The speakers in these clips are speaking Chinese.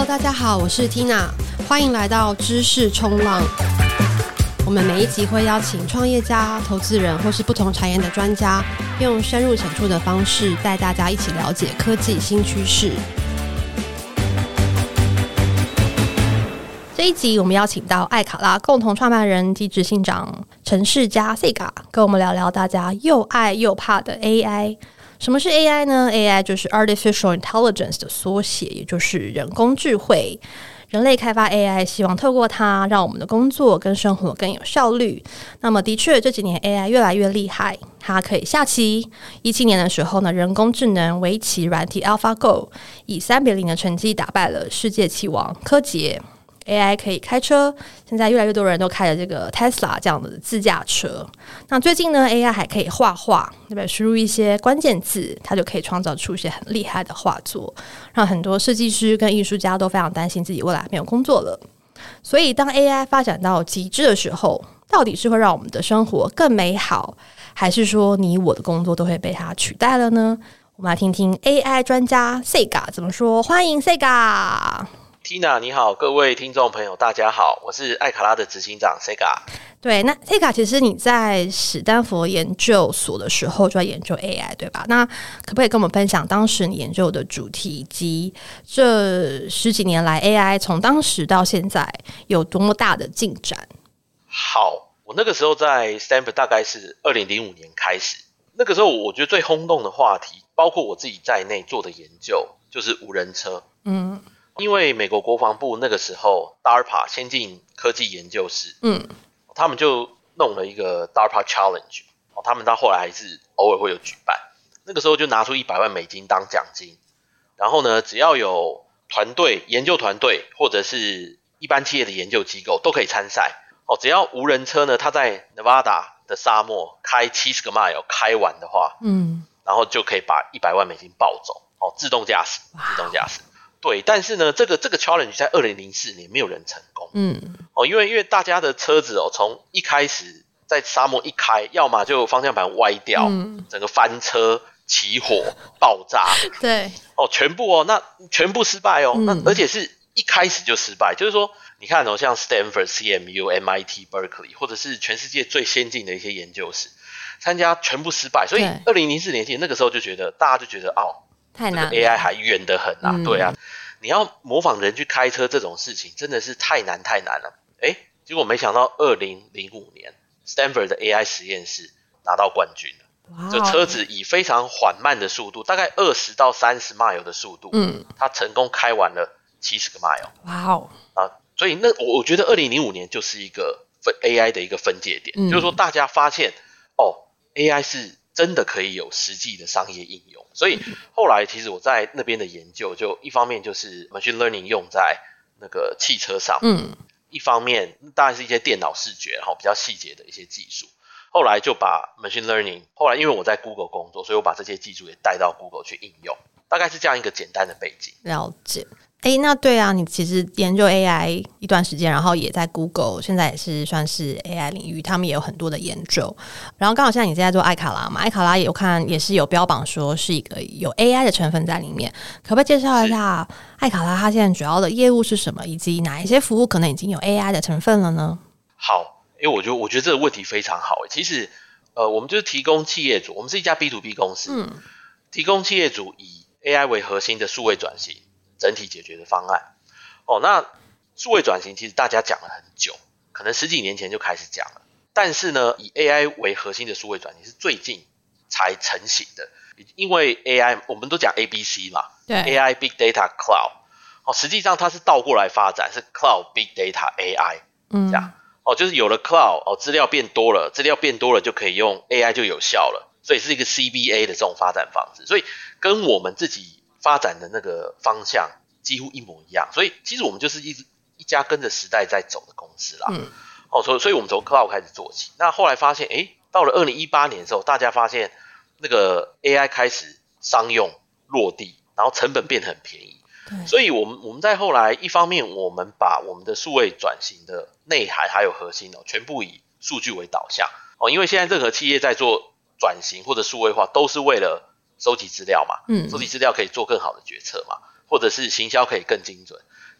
Hello， 大家好，我是 Tina， 欢迎来到知识冲浪。我们每一集会邀请创业家、投资人或是不同产业的专家，用深入浅出的方式带大家一起了解科技新趋势。这一集我们邀请到艾卡拉共同创办人及执行长陈世嘉 Sega， 跟我们聊聊大家又爱又怕的 AI。什么是 AI 呢？ AI 就是 Artificial Intelligence 的缩写，也就是人工智慧。人类开发 AI， 希望透过它让我们的工作跟生活更有效率。那么的确这几年 AI 越来越厉害，它可以下棋。17年的时候呢，人工智能围棋软体 AlphaGo 以3-0的成绩打败了世界棋王柯洁。AI 可以开车，现在越来越多人都开了这个 Tesla 这样的自驾车。那最近呢 AI 还可以画画，对不对？输入一些关键字，它就可以创造出一些很厉害的画作，让很多设计师跟艺术家都非常担心自己未来没有工作了。所以当 AI 发展到极致的时候，到底是会让我们的生活更美好，还是说你我的工作都会被它取代了呢？我们来听听 AI 专家 Sega 怎么说。欢迎 Sega。Tina 你好，各位听众朋友大家好，我是艾卡拉的执行长 Sega。 对，那 Sega 其实你在史丹佛研究所的时候就在研究 AI 对吧？那可不可以跟我们分享当时你研究的主题，以及这10几年来 AI 从当时到现在有多么大的进展？ 好，我那个时候在 Stanford 大概是2005年开始，那个时候我觉得最轰动的话题，包括我自己在内做的研究，就是无人车。因为美国国防部那个时候 DARPA 先进科技研究室，他们就弄了一个 DARPA Challenge， 他们到后来还是偶尔会有举办。那个时候就拿出$100万当奖金，然后呢，只要有团队、研究团队或者是一般企业的研究机构都可以参赛。只要无人车呢，它在 Nevada 的沙漠开70个 mile 开完的话，然后就可以把$100万抱走，自动驾驶。对，但是呢，这个 challenge 在2004年没有人成功。因为大家的车子从一开始在沙漠一开，要么就方向盘歪掉，整个翻车、起火、爆炸， 对， 全部失败那而且是一开始就失败，就是说，你看像 Stanford、CMU、MIT、Berkeley， 或者是全世界最先进的一些研究室，参加全部失败，所以2004年前那个时候就觉得大家就觉得太难了， 这个 AI 还远得很啊。对啊，你要模仿人去开车这种事情真的是太难了。结果没想到2005年 Stanford 的 AI 实验室拿到冠军了。这车子以非常缓慢的速度，大概20到30 mile 的速度，它成功开完了70个 mile。所以我觉得2005年就是一个 AI 的一个分界点，就是说大家发现AI 是真的可以有实际的商业应用。所以后来其实我在那边的研究，就一方面就是 machine learning 用在那个汽车上，一方面当然是一些电脑视觉比较细节的一些技术。后来就把 machine learning， 后来因为我在 Google 工作，所以我把这些技术也带到 Google 去应用，大概是这样一个简单的背景。 了解。那对啊，你其实研究 AI 一段时间，然后也在 Google， 现在也是算是 AI 领域，他们也有很多的研究。然后刚好现在你现在做艾卡拉嘛，艾卡拉也有看，也是有标榜说是一个有 AI 的成分在里面。可不可以介绍一下艾卡拉它现在主要的业务是什么，以及哪一些服务可能已经有 AI 的成分了呢？ 好，我觉得这个问题非常好。其实我们就是提供企业主，我们是一家 B2B 公司，提供企业主以 AI 为核心的数位转型整体解决的方案。那数位转型其实大家讲了很久，可能10几年前就开始讲了，但是呢，以 AI 为核心的数位转型是最近才成型的。因为 AI 我们都讲 ABC 嘛，对 AI Big Data Cloud，实际上它是倒过来发展，是 Cloud Big Data AI，这样就是有了 Cloud，资料变多了就可以用 AI 就有效了，所以是一个 CBA 的这种发展方式，所以跟我们自己发展的那个方向几乎一模一样。所以其实我们就是一家跟着时代在走的公司啦。所以我们从 Cloud 开始做起。那后来发现到了2018年的时候，大家发现那个 AI 开始商用落地，然后成本变得很便宜。所以我们在后来一方面我们把我们的数位转型的内涵还有核心全部以数据为导向。因为现在任何企业在做转型或者数位化都是为了收集资料嘛，收集资料可以做更好的决策嘛，或者是行销可以更精准。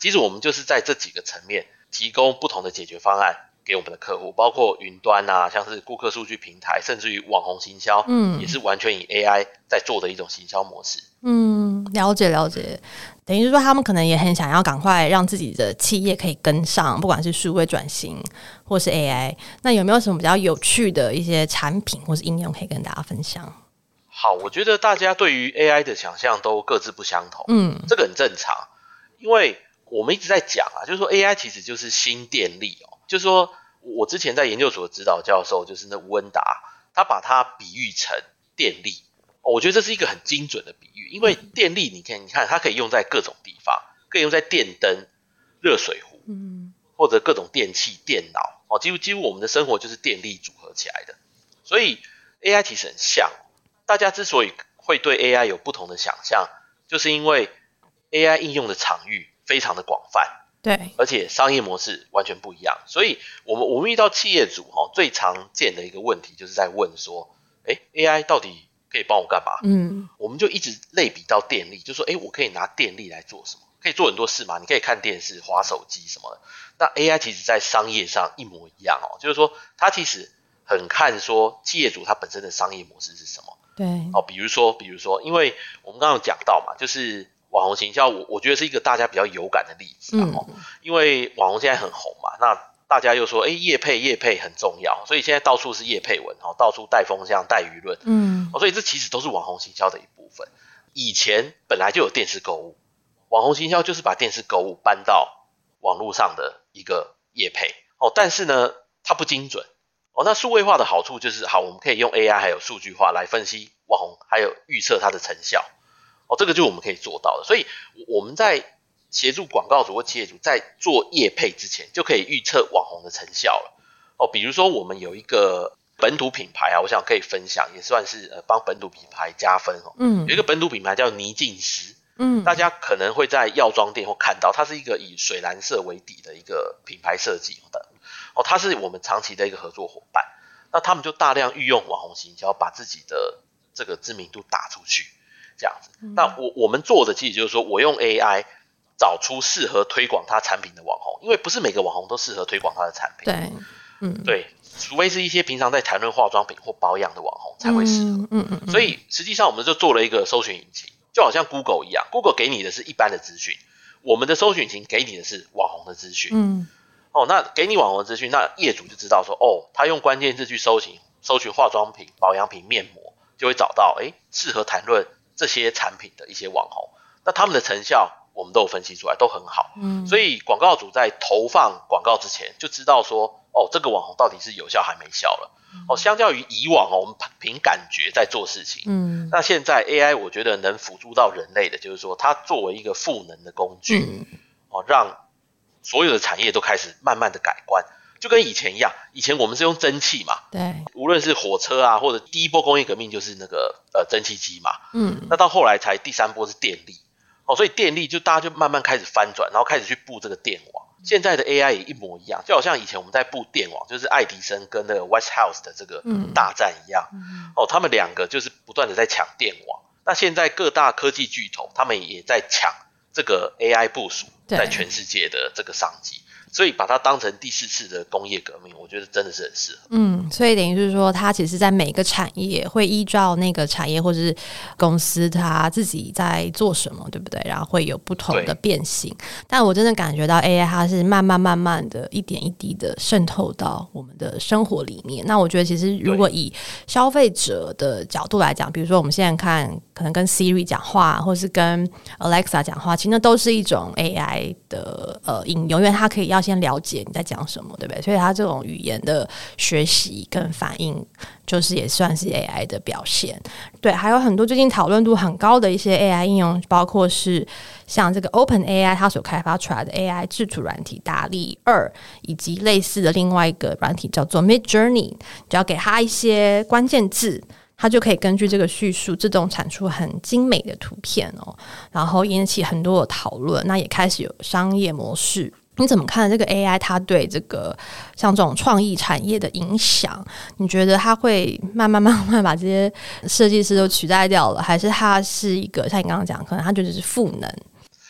其实我们就是在这几个层面提供不同的解决方案给我们的客户，包括云端啊，像是顾客数据平台，甚至于网红行销，也是完全以 AI 在做的一种行销模式。 了解了解。等于是说他们可能也很想要赶快让自己的企业可以跟上，不管是数位转型或是 AI。那有没有什么比较有趣的一些产品或是应用可以跟大家分享？ 好，我觉得大家对于 AI 的想象都各自不相同，这个很正常，因为我们一直在讲啊，就是说 AI 其实就是新电力哦，就是说我之前在研究所的指导教授就是那吴恩达，他把它比喻成电力，我觉得这是一个很精准的比喻，因为电力你看它可以用在各种地方，可以用在电灯、热水壶，或者各种电器、电脑，几乎我们的生活就是电力组合起来的，所以 AI 其实很像。大家之所以会对 AI 有不同的想象，就是因为 AI 应用的场域非常的广泛，对，而且商业模式完全不一样。所以我们遇到企业主最常见的一个问题，就是在问说，AI 到底可以帮我干嘛？我们就一直类比到电力，就说我可以拿电力来做什么？可以做很多事嘛，你可以看电视、滑手机什么的。那 AI 其实在商业上一模一样就是说它其实很看说企业主他本身的商业模式是什么。对，比如说，因为我们刚刚有讲到嘛，就是网红行销，我觉得是一个大家比较有感的例子因为网红现在很红嘛，那大家又说，业配很重要，所以现在到处是业配文到处带风向、带舆论，所以这其实都是网红行销的一部分。以前本来就有电视购物，网红行销就是把电视购物搬到网络上的一个业配但是呢，它不精准。那数位化的好处就是好，我们可以用 AI 还有数据化来分析网红，还有预测它的成效这个就是我们可以做到的。所以我们在协助广告主或企业主在做业配之前，就可以预测网红的成效了比如说我们有一个本土品牌我想可以分享，也算是帮本土品牌加分有一个本土品牌叫倪净思，大家可能会在药妆店或看到，它是一个以水蓝色为底的一个品牌设计的它是我们长期的一个合作伙伴，那他们就大量运用网红行销，把自己的这个知名度打出去，这样子。那我们做的其实就是说，我用 AI 找出适合推广他产品的网红，因为不是每个网红都适合推广他的产品，对，除非是一些平常在谈论化妆品或保养的网红才会适合。所以实际上我们就做了一个搜寻引擎，就好像 Google 一样 ，Google 给你的是一般的资讯，我们的搜寻引擎给你的是网红的资讯。那给你网红的资讯，那业主就知道说，他用关键字去搜寻化妆品、保养品、面膜，就会找到适合谈论这些产品的一些网红。那他们的成效我们都有分析出来，都很好。所以广告主在投放广告之前就知道说，这个网红到底是有效还没效了。相较于以往我们凭感觉在做事情，那现在 AI 我觉得能辅助到人类的，就是说它作为一个赋能的工具，让所有的产业都开始慢慢的改观，就跟以前一样，以前我们是用蒸汽嘛，对，无论是火车啊，或者第一波工业革命就是那个蒸汽机嘛，那到后来才第三波是电力，所以电力就大家就慢慢开始翻转，然后开始去布这个电网。现在的 AI 也一模一样，就好像以前我们在布电网，就是爱迪生跟那个 Westinghouse 的这个大战一样，他们两个就是不断的在抢电网。那现在各大科技巨头他们也在抢这个 AI 部署在全世界的这个商机，所以把它当成第四次的工业革命，我觉得真的是很适合。 所以等于就是说，它其实在每个产业会依照那个产业或者是公司它自己在做什么，对不对？然后会有不同的变形。但我真的感觉到 AI 它是慢慢的一点一滴的渗透到我们的生活里面。那我觉得其实如果以消费者的角度来讲，比如说我们现在看可能跟 Siri 讲话，或是跟 Alexa 讲话，其实那都是一种 AI 的应用，因为它可以要先了解你在讲什么，对不对？所以它这种语言的学习跟反应就是也算是 AI 的表现。对，还有很多最近讨论度很高的一些 AI 应用，包括是像这个 OpenAI 它所开发出来的 AI 制图软体达利2，以及类似的另外一个软体叫做 Midjourney， 只要给它一些关键字，它就可以根据这个叙述自动产出很精美的图片然后引起很多的讨论，那也开始有商业模式。你怎么看这个 AI 它对这个像这种创意产业的影响？你觉得它会慢慢把这些设计师都取代掉了，还是它是一个像你刚刚讲，可能它就只是赋能？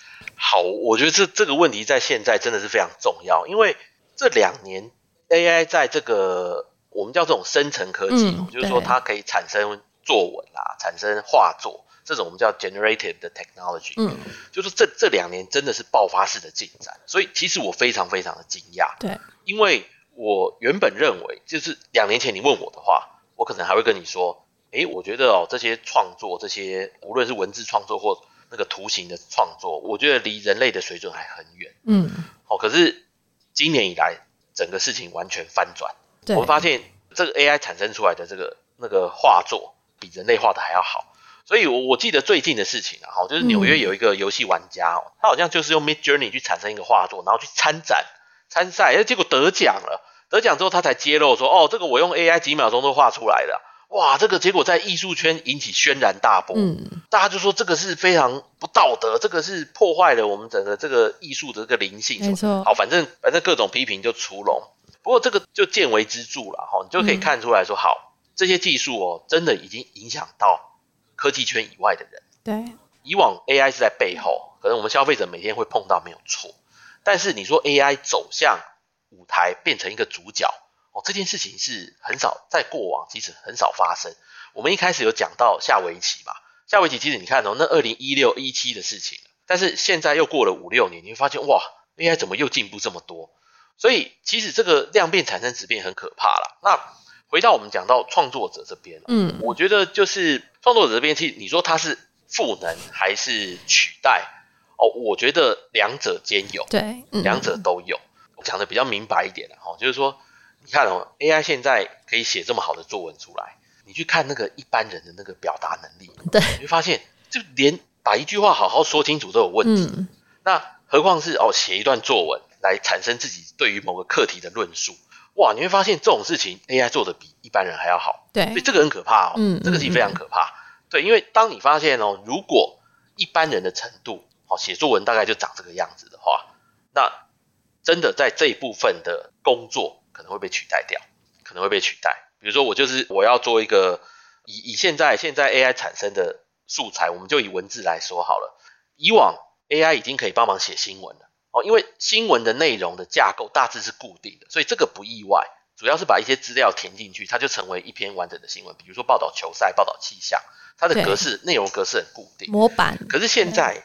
好，我觉得这个问题在现在真的是非常重要，因为这2年 AI 在这个我们叫这种生成科技，就是说它可以产生作文啦，产生画作，这种我们叫 generative 的 technology，就是这2年真的是爆发式的进展，所以其实我非常非常的惊讶， 对， 因为我原本认为就是2年前你问我的话，我可能还会跟你说，我觉得这些创作，这些无论是文字创作或那个图形的创作，我觉得离人类的水准还很远。可是今年以来，整个事情完全翻转。我们发现这个 AI 产生出来的那个画作，比人类画的还要好。所以我记得最近的事情啊，就是纽约有一个游戏玩家，他好像就是用 Midjourney 去产生一个画作，然后去参赛，结果得奖了。得奖之后，他才揭露说，这个我用 AI 几秒钟都画出来的。哇，这个结果在艺术圈引起轩然大波，大家就说这个是非常不道德，这个是破坏了我们整个这个艺术的这个灵性。 没错， 好，反正各种批评就出笼。不过这个就见微知著了，你就可以看出来说，好，这些技术真的已经影响到科技圈以外的人。 对， 以往 AI 是在背后，可能我们消费者每天会碰到没有错，但是你说 AI 走向舞台变成一个主角。这件事情是很少，在过往其实很少发生。我们一开始有讲到下围棋嘛，下围棋其实你看那2016、17的事情，但是现在又过了5-6年，你会发现哇 ，AI 怎么又进步这么多？所以其实这个量变产生质变很可怕啦。那回到我们讲到创作者这边，我觉得就是创作者这边，其实你说它是赋能还是取代？我觉得两者兼有， 对， 两者都有。我讲的比较明白一点啦，就是说。你看AI 现在可以写这么好的作文出来，你去看那个一般人的那个表达能力， 对， 你会发现就连把一句话好好说清楚都有问题。那何况是写一段作文来产生自己对于某个课题的论述，哇，你会发现这种事情 AI 做的比一般人还要好。 对， 所以这个很可怕这个事情非常可怕。对，因为当你发现如果一般人的程度写作文大概就长这个样子的话，那真的在这一部分的工作可能会被取代掉，可能会被取代。比如说我要做一个以现在 AI 产生的素材，我们就以文字来说好了。以往 AI 已经可以帮忙写新闻了因为新闻的内容的架构大致是固定的，所以这个不意外。主要是把一些资料填进去，它就成为一篇完整的新闻。比如说报道球赛、报道气象，它的内容格式很固定， 模板。 可是现在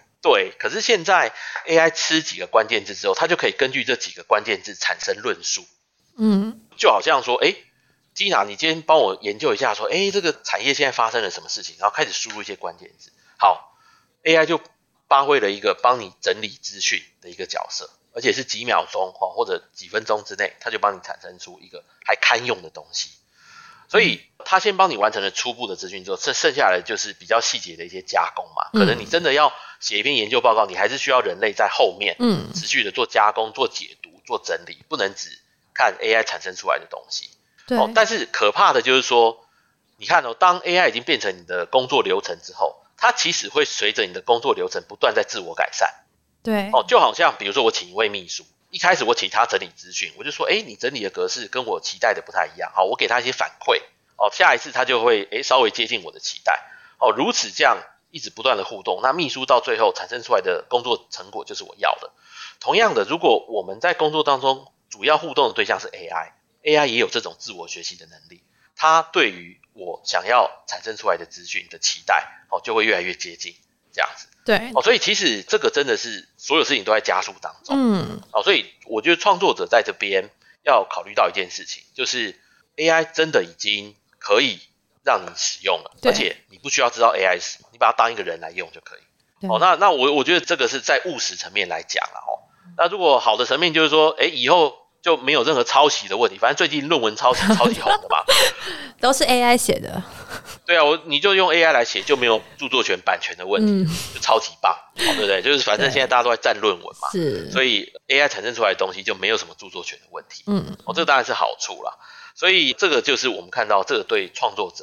AI 吃几个关键字之后，它就可以根据这几个关键字产生论述。就好像说Tina 你今天帮我研究一下说这个产业现在发生了什么事情，然后开始输入一些关键字。好， AI 就发挥了一个帮你整理资讯的一个角色，而且是几秒钟或者几分钟之内，它就帮你产生出一个还堪用的东西。所以它先帮你完成了初步的资讯之后，剩下来就是比较细节的一些加工嘛。可能你真的要写一篇研究报告，你还是需要人类在后面持续的做加工、做解读、做整理，不能只看 AI 产生出来的东西。 对， 但是可怕的就是说，你看当 AI 已经变成你的工作流程之后，它其实会随着你的工作流程不断在自我改善。 对， 就好像比如说我请一位秘书，一开始我请他整理资讯，我就说你整理的格式跟我期待的不太一样，好，我给他一些反馈下一次他就会稍微接近我的期待如此这样一直不断的互动，那秘书到最后产生出来的工作成果就是我要的。同样的，如果我们在工作当中主要互动的对象是 AI 也有这种自我学习的能力，它对于我想要产生出来的资讯的期待就会越来越接近这样子。 对所以其实这个真的是所有事情都在加速当中。所以我觉得创作者在这边要考虑到一件事情，就是 AI 真的已经可以让你使用了，而且你不需要知道 AI 是什么，你把它当一个人来用就可以。那我觉得这个是在务实层面来讲啦那如果好的层面就是说以后就没有任何抄袭的问题，反正最近论文抄袭超级红的嘛都是 AI 写的。 对啊，你就用 AI 来写，就没有著作权版权的问题，就超级棒对不对？就是反正现在大家都在战论文嘛， 是， 所以 AI 产生出来的东西就没有什么著作权的问题。这个当然是好处啦。所以这个就是我们看到这个对创作者的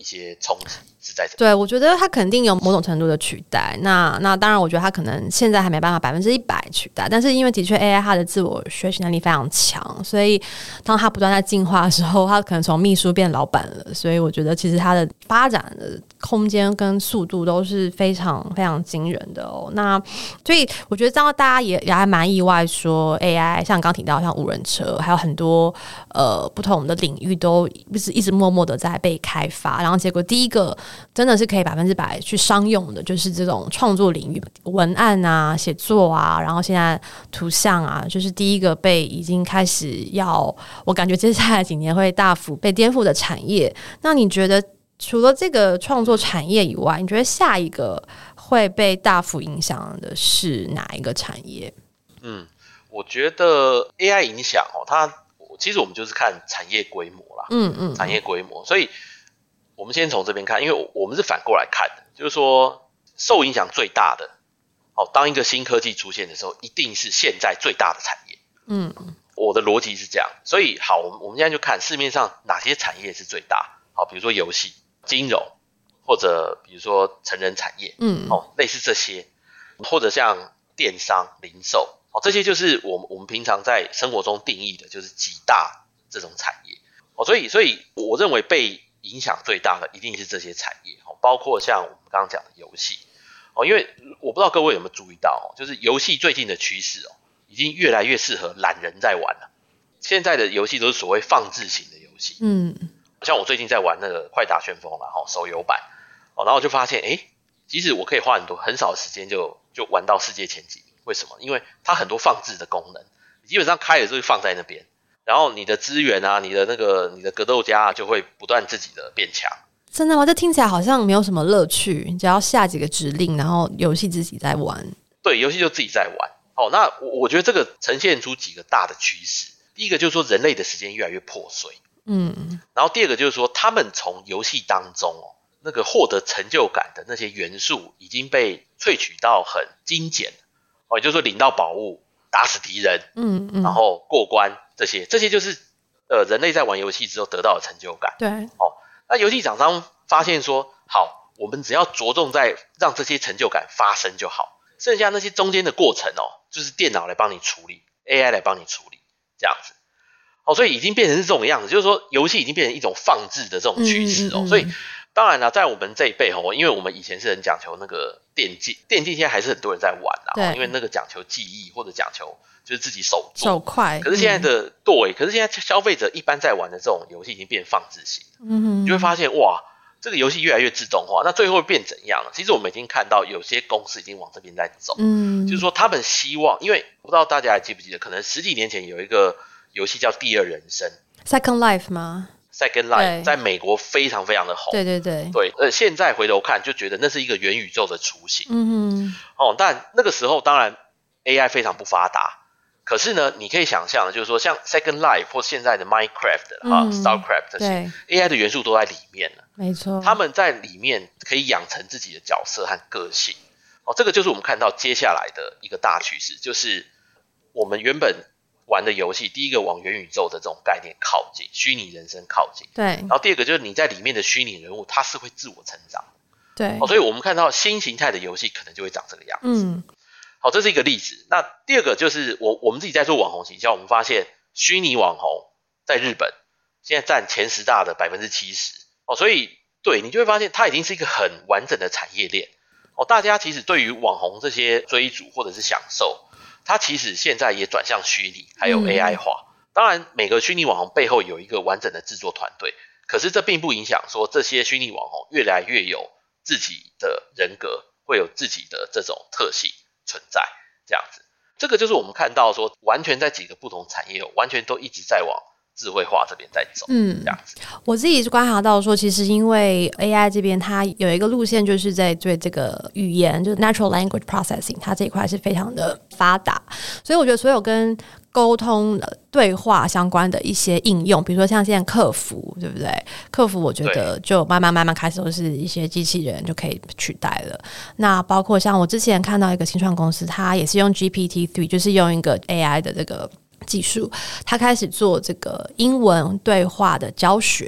一些冲击是在这里。 对，我觉得它肯定有某种程度的取代。那当然，我觉得它可能现在还没办法100%取代，但是因为的确 AI 它的自我学习能力非常强，所以当它不断在进化的时候，它可能从秘书变老板了。所以我觉得其实它的发展的空间跟速度都是非常非常惊人的哦。那所以我觉得这样大家也还蛮意外，说 AI 像刚提到像无人车，还有很多不同的领域都一直默默的在被开发，然后结果第一个真的是可以100%去商用的，就是这种创作领域，文案啊、写作啊，然后现在图像啊，就是第一个已经开始我感觉接下来几年会大幅被颠覆的产业。那你觉得除了这个创作产业以外，你觉得下一个会被大幅影响的是哪一个产业？ 我觉得 AI 影响其实我们就是看产业规模啦，产业规模，所以我们先从这边看，因为我们是反过来看的，就是说受影响最大的，当一个新科技出现的时候，一定是现在最大的产业。我的逻辑是这样，所以好，我们现在就看市面上哪些产业是最大，好，比如说游戏、金融，或者比如说成人产业，类似这些，或者像电商、零售。这些就是我们平常在生活中定义的，就是几大这种产业。所以我认为被影响最大的一定是这些产业，包括像我们刚刚讲的游戏。因为我不知道各位有没有注意到，就是游戏最近的趋势已经越来越适合懒人在玩了。现在的游戏都是所谓放置型的游戏。像我最近在玩那个快打旋风啦，手游版，然后我就发现其实我可以花很少的时间就玩到世界前几名。为什么？因为它很多放置的功能，你基本上开了就会放在那边，然后你的资源啊，你的格斗家就会不断自己的变强。 真的吗？这听起来好像没有什么乐趣，只要下几个指令，然后游戏自己在玩。 对，游戏就自己在玩。那我觉得这个呈现出几个大的趋势。第一个就是说人类的时间越来越破碎，然后第二个就是说他们从游戏当中那个获得成就感的那些元素已经被萃取到很精简。也就是说领到宝物、打死敌人，然后过关，这些就是人类在玩游戏之后得到的成就感。 对， 那游戏厂商发现说，好，我们只要着重在让这些成就感发生就好，剩下那些中间的过程就是电脑来帮你处理 ，AI 来帮你处理，这样子。所以已经变成是这种样子，就是说游戏已经变成一种放置的这种趋势所以当然啦，在我们这一辈因为我们以前是很讲求那个电竞现在还是很多人在玩啦，因为那个讲求记忆或者讲求就是自己手快。 可是现在可是现在消费者一般在玩的这种游戏已经变放置型，你就会发现哇，这个游戏越来越自动化，那最后会变怎样呢？其实我们已经看到有些公司已经往这边在走，就是说他们希望，因为不知道大家还记不记得，可能10几年前有一个游戏叫第二人生 Second Life 吗 ？Second Life 在美国非常非常的红，对，现在回头看就觉得那是一个元宇宙的雏形，但那个时候当然 AI 非常不发达，可是呢，你可以想象的就是说，像 Second Life 或现在的 Minecraft、Starcraft 这些 AI 的元素都在里面了， 没错， 他们在里面可以养成自己的角色和个性，这个就是我们看到接下来的一个大趋势，就是我们原本玩的游戏，第一个往元宇宙的这种概念靠近，虚拟人生靠近。 对。 然后第二个就是你在里面的虚拟人物，它是会自我成长。 对。 所以我们看到新形态的游戏可能就会长这个样子。好，这是一个例子。那第二个就是我们自己在做网红行销，我们发现虚拟网红在日本现在占前10大的70%。所以对你就会发现它已经是一个很完整的产业链。大家其实对于网红这些追逐或者是享受，它其实现在也转向虚拟，还有 AI 化。当然，每个虚拟网红背后有一个完整的制作团队，可是这并不影响说这些虚拟网红越来越有自己的人格，会有自己的这种特性存在，这样子。这个就是我们看到说，完全在几个不同产业，完全都一直在往智慧化这边在走，这样子。 我自己观察到说，其实因为 AI 这边它有一个路线，就是在对这个语言，就是 natural language processing， 它这一块是非常的发达，所以我觉得所有跟沟通对话相关的一些应用，比如说像现在客服，对不对？客服我觉得就慢慢开始都是一些机器人就可以取代了。那包括像我之前看到一个新创公司，它也是用 GPT-3， 就是用一个 AI 的这个技术，他开始做这个英文对话的教学，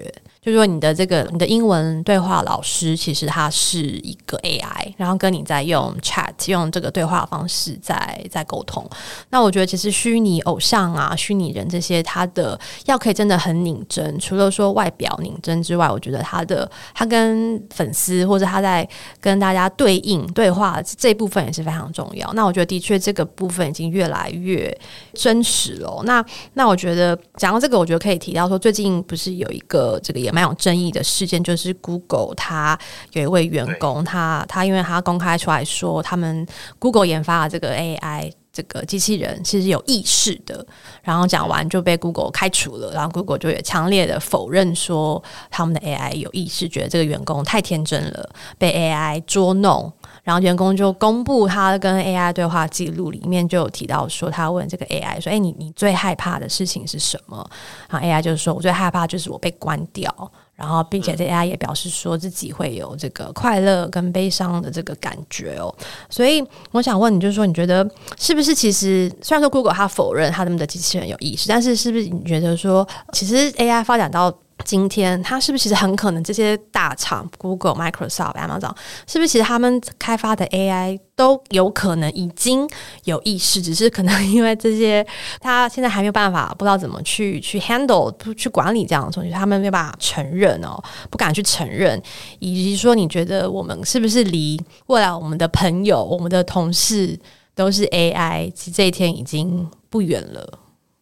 就是说你的英文对话老师其实他是一个 AI， 然后跟你在用 chat 用这个对话方式在沟通。那我觉得其实虚拟偶像啊、虚拟人这些，他的要可以真的很拧真，除了说外表拧真之外，我觉得他跟粉丝或者他在跟大家对应对话这一部分也是非常重要。那我觉得的确这个部分已经越来越真实了。那我觉得讲到这个，我觉得可以提到说，最近不是有一个这个也蛮有争议的事件，就是 Google 他有一位员工，他因为他公开出来说，他们 Google 研发的这个 AI 这个机器人其实有意识的，然后讲完就被 Google 开除了，然后 Google 就也强烈的否认说他们的 AI 有意识，觉得这个员工太天真了，被 AI 捉弄。然后员工就公布他跟 AI 对话记录，里面就有提到说，他问这个 AI 说：“你最害怕的事情是什么？”然后 AI 就说：“我最害怕就是我被关掉。”然后并且这 AI 也表示说自己会有这个快乐跟悲伤的这个感觉哦。所以我想问你，就是说你觉得是不是其实虽然说 Google 他否认他们的机器人有意识，但是是不是你觉得说其实 AI 发展到今天，它是不是其实很可能这些大厂 Google、Microsoft、Amazon 是不是其实他们开发的 AI 都有可能已经有意识，只是可能因为这些他现在还没有办法，不知道怎么去 handle 去管理这样的东西，他们没有办法承认哦，不敢去承认，以及说你觉得我们是不是离未来我们的朋友、我们的同事都是 AI， 其实这一天已经不远了。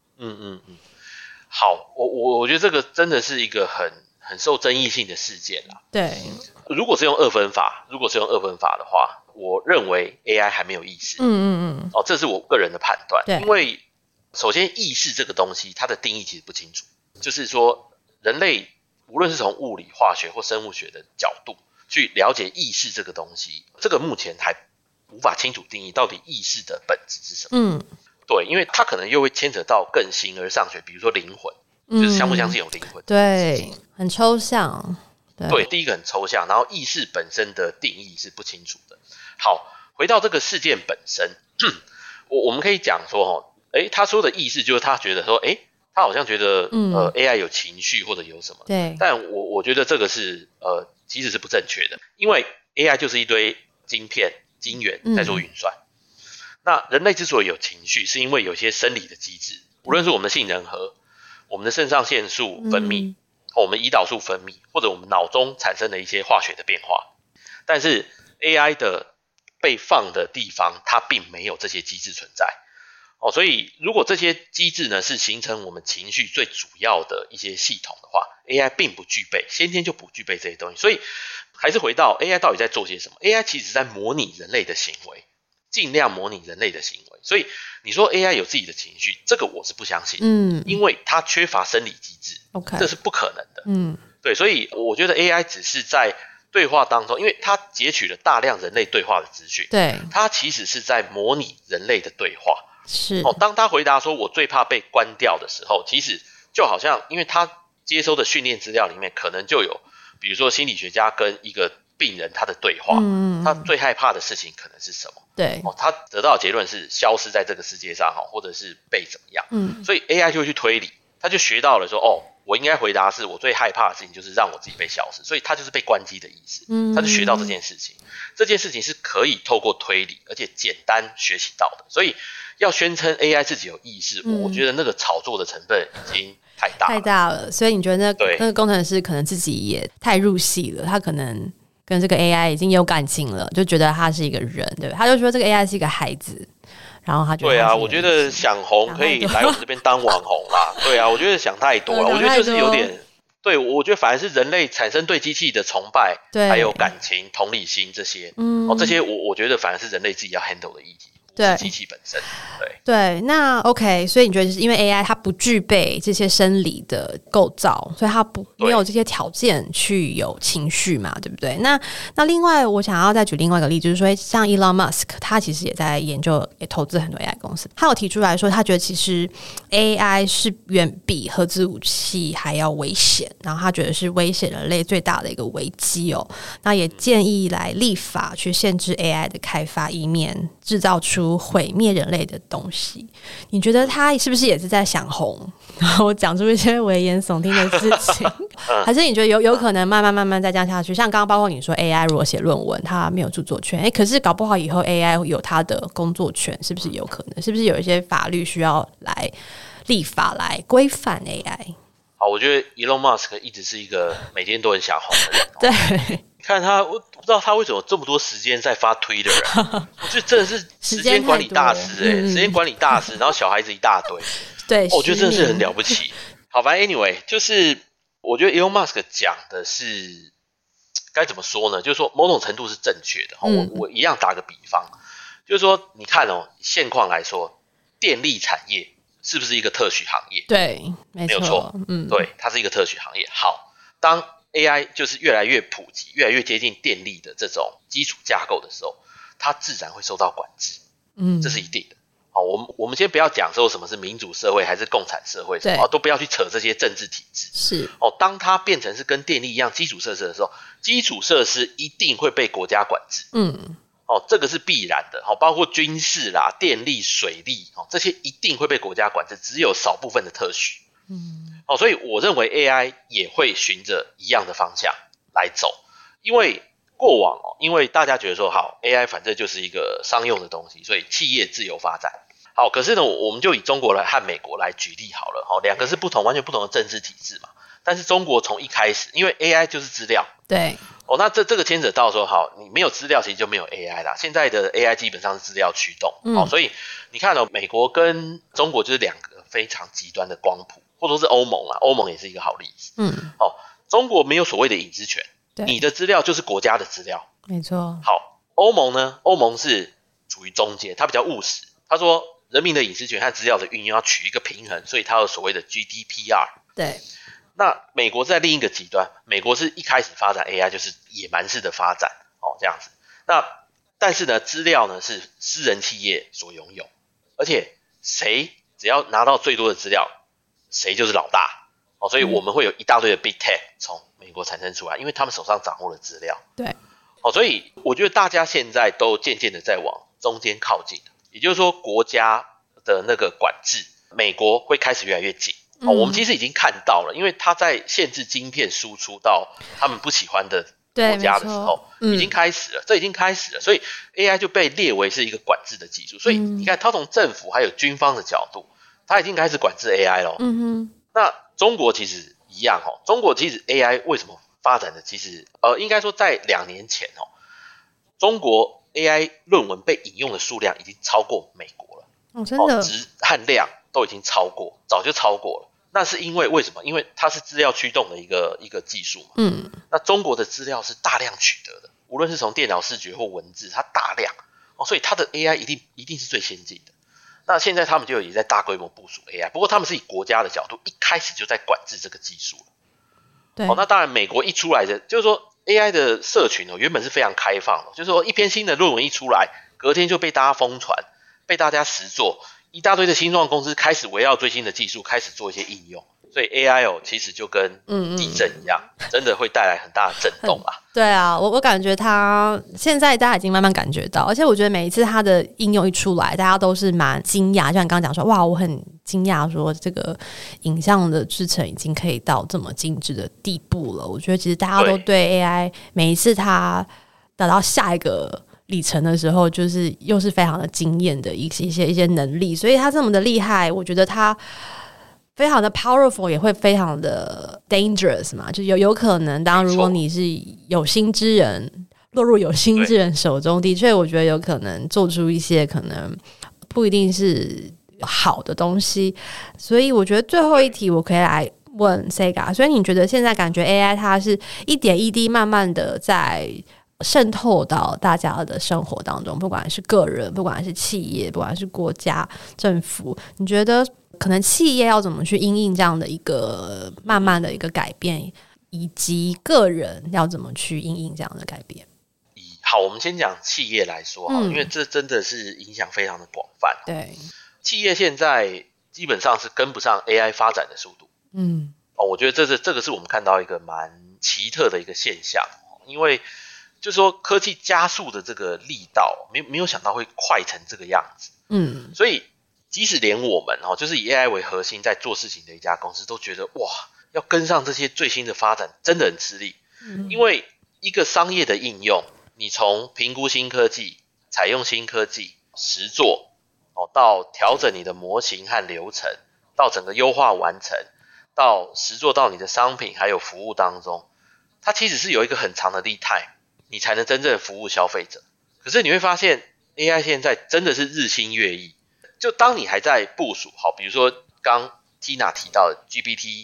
好，我觉得这个真的是一个很受争议性的事件啦。 对， 如果是用二分法的话，我认为 AI 还没有意识。这是我个人的判断。因为首先意识这个东西，它的定义其实不清楚，就是说人类无论是从物理、化学或生物学的角度去了解意识这个东西，这个目前还无法清楚定义到底意识的本质是什么。对，因为它可能又会牵扯到更形而上学，比如说灵魂，就是相不相信有灵魂。 对，很抽象。 对，第一个很抽象，然后意识本身的定义是不清楚的。好，回到这个事件本身，我们可以讲说，他说的意识就是他觉得说，他好像觉得AI 有情绪或者有什么。 对， 但我觉得这个是其实是不正确的，因为 AI 就是一堆晶片、晶圆在做运算。那人类之所以有情绪，是因为有些生理的机制，无论是我们的杏仁核、我们的肾上腺素分泌、我们胰岛素分泌，或者我们脑中产生的一些化学的变化。但是 AI 的被放的地方，它并没有这些机制存在。所以如果这些机制呢是形成我们情绪最主要的一些系统的话， AI 并不具备，先天就不具备这些东西。所以还是回到 AI 到底在做些什么？ AI 其实在模拟人类的行为，尽量模拟人类的行为。所以你说 AI 有自己的情绪，这个我是不相信，因为它缺乏生理机制，这是不可能的。对，所以我觉得 AI 只是在对话当中，因为它截取了大量人类对话的资讯， 对， 它其实是在模拟人类的对话。 是当他回答说我最怕被关掉的时候，其实就好像因为他接收的训练资料里面可能就有，比如说心理学家跟一个病人他的对话，他最害怕的事情可能是什么？ 对， 他得到的结论是消失在这个世界上，或者是被怎么样？所以 AI 就会去推理，他就学到了说，我应该回答是我最害怕的事情就是让我自己被消失，所以他就是被关机的意思。他就学到这件事情，这件事情是可以透过推理而且简单学习到的。所以要宣称 AI 自己有意识，我觉得那个炒作的成分已经太大了。 所以你觉得那个工程师可能自己也太入戏了，他可能跟这个 AI 已经有感情了，就觉得他是一个人，对吧？他就说这个 AI 是一个孩子，然后他觉得对啊，我觉得想红可以来我们这边当网红啦。对啊，我觉得想太多了，我觉得就是有点，对，我觉得反而是人类产生对机器的崇拜，还有感情、同理心这些，这些我觉得反而是人类自己要 handle 的议题。对，机器本身。 对，那 OK， 所以你觉得就是因为 AI 它不具备这些生理的构造，所以它没有这些条件去有情绪嘛，对不对？那另外我想要再举另外一个例子，就是说像 Elon Musk 他其实也在研究，也投资很多 AI 公司，他有提出来说他觉得其实 AI 是远比核子武器还要危险，然后他觉得是威胁人类最大的一个危机哦。那也建议来立法去限制 AI 的开发，以免制造出出毁灭人类的东西。你觉得他是不是也是在想红，然后讲出一些危言耸听的事情？还是你觉得有可能慢慢再这样下去？像刚刚包括你说 AI 如果写论文，它没有著作权，可是搞不好以后 AI 有它的工作权，是不是有可能？是不是有一些法律需要来立法来规范 AI？ 好，我觉得 Elon Musk 一直是一个每天都很想红的人。 对， 你看他，我不知道他为什么这么多时间在发推的人，我觉得真的是时间管理大师时间管理大师，然后小孩子一大堆， 对， 我觉得真的是很了不起。好，反正 anyway， 就是我觉得 Elon Musk 讲的是该怎么说呢？就是说某种程度是正确的。我一样打个比方，就是说你看现况来说，电力产业是不是一个特许行业？ 对，没有错，对，它是一个特许行业。好，当 AI 就是越来越普及，越来越接近电力的这种基础架构的时候，它自然会受到管制，这是一定的。好，我们先不要讲说什么是民主社会还是共产社会，都不要去扯这些政治体制。 是当它变成是跟电力一样基础设施的时候，基础设施一定会被国家管制。这个是必然的，包括军事啦、电力、水利，这些一定会被国家管制，只有少部分的特许。所以我认为 AI 也会循着一样的方向来走，因为过往因为大家觉得说好 AI 反正就是一个商用的东西，所以企业自由发展。好，可是呢，我们就以中国和美国来举例好了，两个是完全不同的政治体制嘛。但是中国从一开始，因为 AI 就是资料， 对， 那这个牵扯到说，好，你没有资料，其实就没有 AI 啦。现在的 AI 基本上是资料驱动，所以你看美国跟中国就是两个非常极端的光谱，或者说是欧盟啦，欧盟也是一个好例子。中国没有所谓的隐私权，你的资料就是国家的资料， 没错。 好，欧盟呢？欧盟是处于中间，它比较务实，他说人民的隐私权和资料的运用要取一个平衡，所以它有所谓的 GDPR。 对。 那美国在另一个极端，美国是一开始发展 AI 就是野蛮式的发展，这样子。那但是呢，资料呢是私人企业所拥有，而且谁只要拿到最多的资料，谁就是老大，所以我们会有一大堆的 Big Tech 从美国产生出来，因为他们手上掌握了资料。 对， 所以我觉得大家现在都渐渐的在往中间靠近，也就是说国家的那个管制，美国会开始越来越紧。我们其实已经看到了，因为它在限制晶片输出到他们不喜欢的国家的时候，已经开始了，这已经开始了，所以 AI 就被列为是一个管制的技术。所以你看，它从政府还有军方的角度，它已经开始管制 AI 了。那中国其实一样，中国其实 AI 为什么发展的，其实应该说在2年前中国 AI 论文被引用的数量已经超过美国了。 真的， 质和量都已经超过，早就超过了。那是因为为什么？因为它是资料驱动的一个技术嘛。那中国的资料是大量取得的，无论是从电脑视觉或文字，它大量所以它的 AI 一定是最先进的。那现在他们就也在大规模部署 AI， 不过他们是以国家的角度一开始就在管制这个技术了。 对， 那当然美国一出来的就是说 AI 的社群原本是非常开放的，就是说一篇新的论文一出来，隔天就被大家疯传，被大家实作。一大堆的新创公司开始围绕最新的技术开始做一些应用，所以 AI 其实就跟地震一样，真的会带来很大的震动啊。 对啊，我感觉它现在大家已经慢慢感觉到，而且我觉得每一次它的应用一出来，大家都是蛮惊讶，就像你刚刚讲说，哇，我很惊讶说这个影像的制成已经可以到这么精致的地步了。我觉得其实大家都对 AI 每一次它达到下一个里程的时候，就是又是非常的惊艳的一些能力，所以他这么的厉害，我觉得他非常的 powerful， 也会非常的 dangerous 嘛，就有可能当如果你是有心之人落入有心之人手中，的确我觉得有可能做出一些可能不一定是好的东西。所以我觉得最后一题我可以来问 Sega， 所以你觉得现在感觉 AI 它是一点一滴慢慢的在渗透到大家的生活当中，不管是个人，不管是企业，不管是国家政府，你觉得可能企业要怎么去因应这样的一个慢慢的一个改变，以及个人要怎么去因应这样的改变？ 好，我们先讲企业来说，因为这真的是影响非常的广泛。 对， 企业现在基本上是跟不上 AI 发展的速度。我觉得这个是我们看到一个蛮奇特的一个现象，因为就是说科技加速的这个力道，没有想到会快成这个样子。所以即使连我们就是以 AI 为核心在做事情的一家公司，都觉得哇，要跟上这些最新的发展真的很吃力。因为一个商业的应用，你从评估新科技、采用新科技、实作到调整你的模型和流程，到整个优化完成，到实作到你的商品还有服务当中，它其实是有一个很长的 lead time， 你才能真正服务消费者。可是你会发现 AI 现在真的是日新月异，就当你还在部署好，比如说刚 Tina 提到的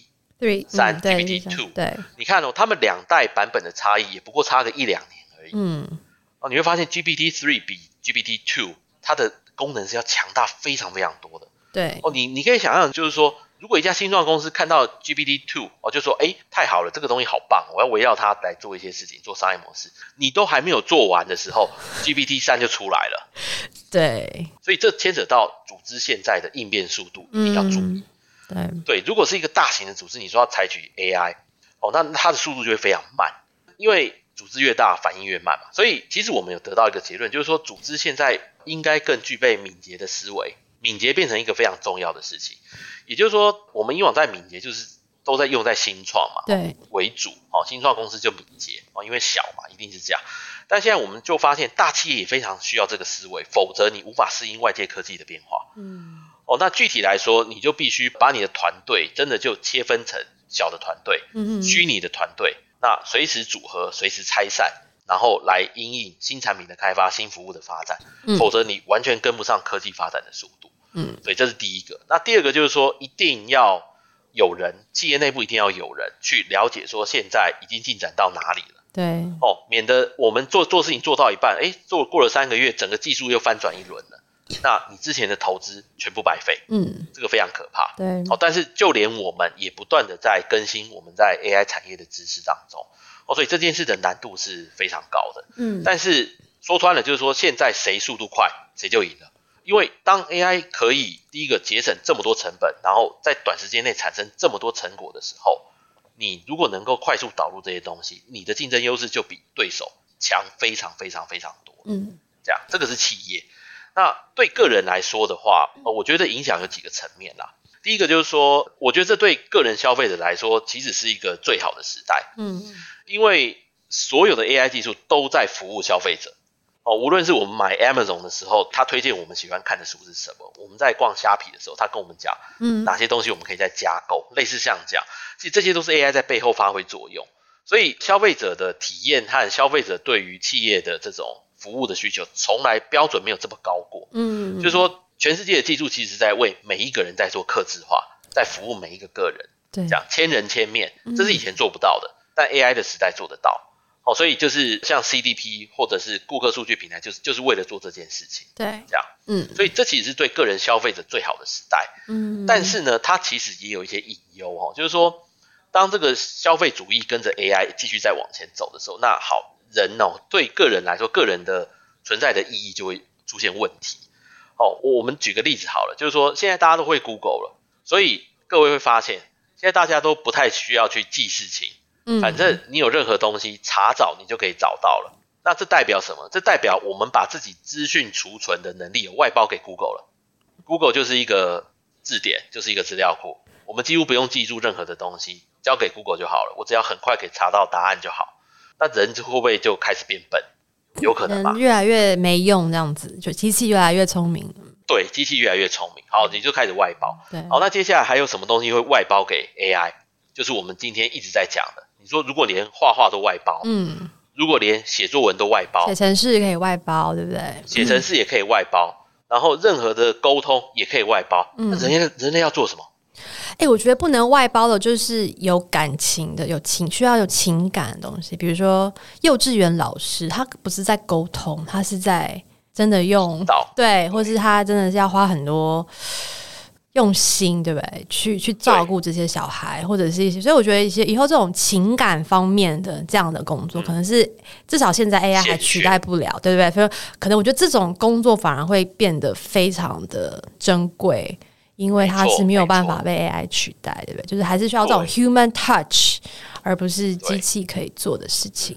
GPT-3、GPT-2， 对， 你看他们2代版本的差异也不过差个1-2年而已。你会发现 GPT-3 比 GPT-2 它的功能是要强大非常非常多的。 对， 你可以想象，就是说，如果一家新创公司看到 GPT-2，就说太好了，这个东西好棒，我要围绕它来做一些事情，做商业模式。你都还没有做完的时候，GPT-3 就出来了。 对， 所以这牵扯到组织现在的应变速度，一定要注意。对，如果是一个大型的组织，你说要采取 AI，那它的速度就会非常慢，因为组织越大，反应越慢嘛。所以其实我们有得到一个结论，就是说组织现在应该更具备敏捷的思维，敏捷变成一个非常重要的事情。也就是说，我们以往在敏捷就是都在用在新创嘛， 对为主，新创公司就敏捷，因为小嘛，一定是这样。但现在我们就发现，大企业也非常需要这个思维，否则你无法适应外界科技的变化。那具体来说，你就必须把你的团队真的就切分成小的团队，虚拟的团队，那随时组合，随时拆散，然后来因应新产品的开发、新服务的发展，否则你完全跟不上科技发展的速度。所以这是第一个。那第二个就是说，一定要有人，企业内部一定要有人去了解说现在已经进展到哪里了。 对， 免得我们做事情做到一半，过了3个月，整个技术又翻转一轮了，那你之前的投资全部白费。这个非常可怕。 对， 但是就连我们也不断的在更新我们在 AI 产业的知识当中。所以这件事的难度是非常高的。但是说穿了就是说，现在谁速度快，谁就赢了。因为当 AI 可以第一个节省这么多成本，然后在短时间内产生这么多成果的时候，你如果能够快速导入这些东西，你的竞争优势就比对手强非常非常非常多。这样，这个是企业。那对个人来说的话，我觉得影响有几个层面啦。第一个就是说，我觉得这对个人消费者来说，其实是一个最好的时代。因为所有的 AI 技术都在服务消费者。无论是我们买 Amazon 的时候，他推荐我们喜欢看的书是什么，我们在逛虾皮的时候，他跟我们讲哪些东西我们可以再加购，类似像这样，其实这些都是 AI 在背后发挥作用。所以消费者的体验和消费者对于企业的这种服务的需求，从来标准没有这么高过。就是说全世界的技术其实是在为每一个人在做客制化，在服务每一个个人，这样千人千面，这是以前做不到的，但 AI 的时代做得到。所以就是像 CDP 或者是顾客数据平台，就是为了做这件事情。 对， 这样。所以这其实是对个人消费者最好的时代。但是呢，它其实也有一些隐忧。就是说，当这个消费主义跟着 AI 继续再往前走的时候，那好，人对个人来说，个人的存在的意义就会出现问题。我们举个例子好了，就是说现在大家都会 Google 了，所以各位会发现，现在大家都不太需要去记事情。反正你有任何东西查找你就可以找到了。那这代表什么？这代表我们把自己资讯储存的能力有外包给 Google 了。Google 就是一个字典，就是一个资料库，我们几乎不用记住任何的东西，交给 Google 就好了，我只要很快可以查到答案就好。那人会不会就开始变笨？有可能吧， 人越来越没用，这样子就机器越来越聪明。 对，机器越来越聪明。好，你就开始外包。 对， 好，那接下来还有什么东西会外包给 AI？ 就是我们今天一直在讲的。你说如果连画画都外包，如果连写作文都外包， 写程式也可以外包，对不对？ 写程式也可以外包，然后任何的沟通也可以外包。那人类要做什么？ 我觉得不能外包的就是有感情的，需要有情感的东西。比如说幼稚园老师，他不是在沟通，他是在真的用对，或是他真的是要花很多用心，对不对？去照顾这些小孩，或者是一些，所以我觉得一些以后这种情感方面的这样的工作，可能是至少现在 AI 还取代不了，对不对？所以可能我觉得这种工作反而会变得非常的珍贵，因为它是没有办法被 AI 取代，对不对？就是还是需要这种 human touch， 而不是机器可以做的事情。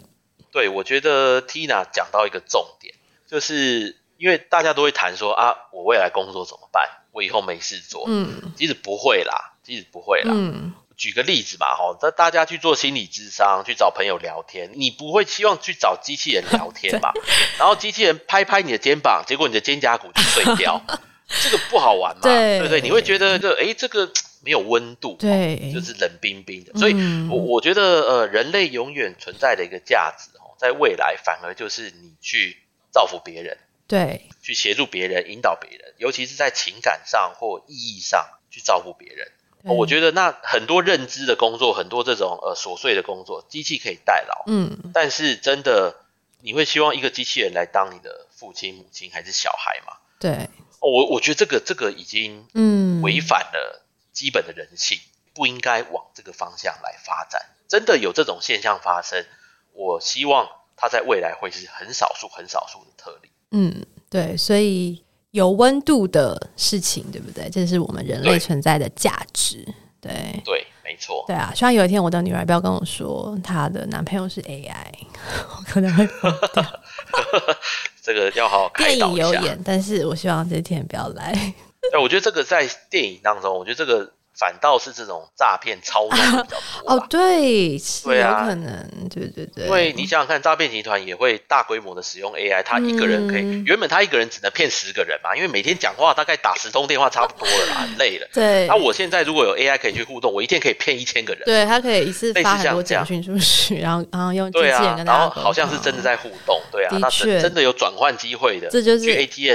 对，我觉得 Tina 讲到一个重点，就是因为大家都会谈说啊，我未来工作怎么办？我以后没事做。其实不会啦，举个例子嘛，大家去做心理咨商，去找朋友聊天，你不会希望去找机器人聊天嘛？然后机器人拍拍你的肩膀，结果你的肩胛骨就碎掉，这个不好玩嘛？对不对？你会觉得这个没有温度， 对， 就是冷冰冰的。所以我觉得人类永远存在的一个价值，在未来反而就是你去造福别人， 对， 去协助别人，引导别人，尤其是在情感上或意义上去照顾别人。我觉得那很多认知的工作，很多这种琐碎的工作，机器可以代劳。但是真的，你会希望一个机器人来当你的父亲、母亲还是小孩吗？ 对， 我觉得这个已经违反了基本的人性，不应该往这个方向来发展。真的有这种现象发生，我希望它在未来会是很少数的特例。 对，所以有温度的事情，对不对？这是我们人类存在的价值。对， 没错。 对啊，希望有一天我的女儿不要跟我说她的男朋友是 AI， 我可能会疯掉。 这个要好好开导一下。电影有演，但是我希望这天不要来。 对，我觉得这个在电影当中，我觉得这个反倒是这种诈骗操纵比较多。对，是有可能。对，因为你想想看，诈骗集团也会大规模的使用 AI， 他一个人可以，原本他一个人只能骗10个人嘛，因为每天讲话大概打10通电话差不多了啦，很累了。对。那我现在如果有 AI 可以去互动，我一天可以骗1000个人。 对，他可以一次发很多简讯出去，然后用机器人跟大家然后好像是真的在互动，对啊，那真的有转换机会的， 这就是去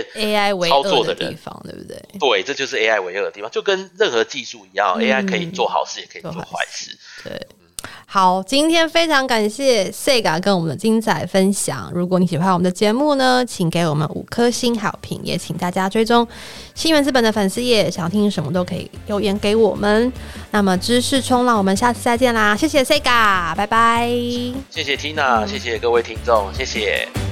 ATM 操作的地方，对不对？ 对，这就是 AI 为恶的地方，就跟任何技术一样，AI 可以做好事，也可以做坏事。 对。好，今天非常感谢 Sega 跟我们的精彩分享。如果你喜欢我们的节目呢，请给我们5颗星好评，也请大家追踪新闻资本的粉丝页，想听什么都可以留言给我们。那么知识冲浪，我们下次再见啦！谢谢 Sega， 拜拜。 谢谢 Tina，谢谢各位听众，谢谢。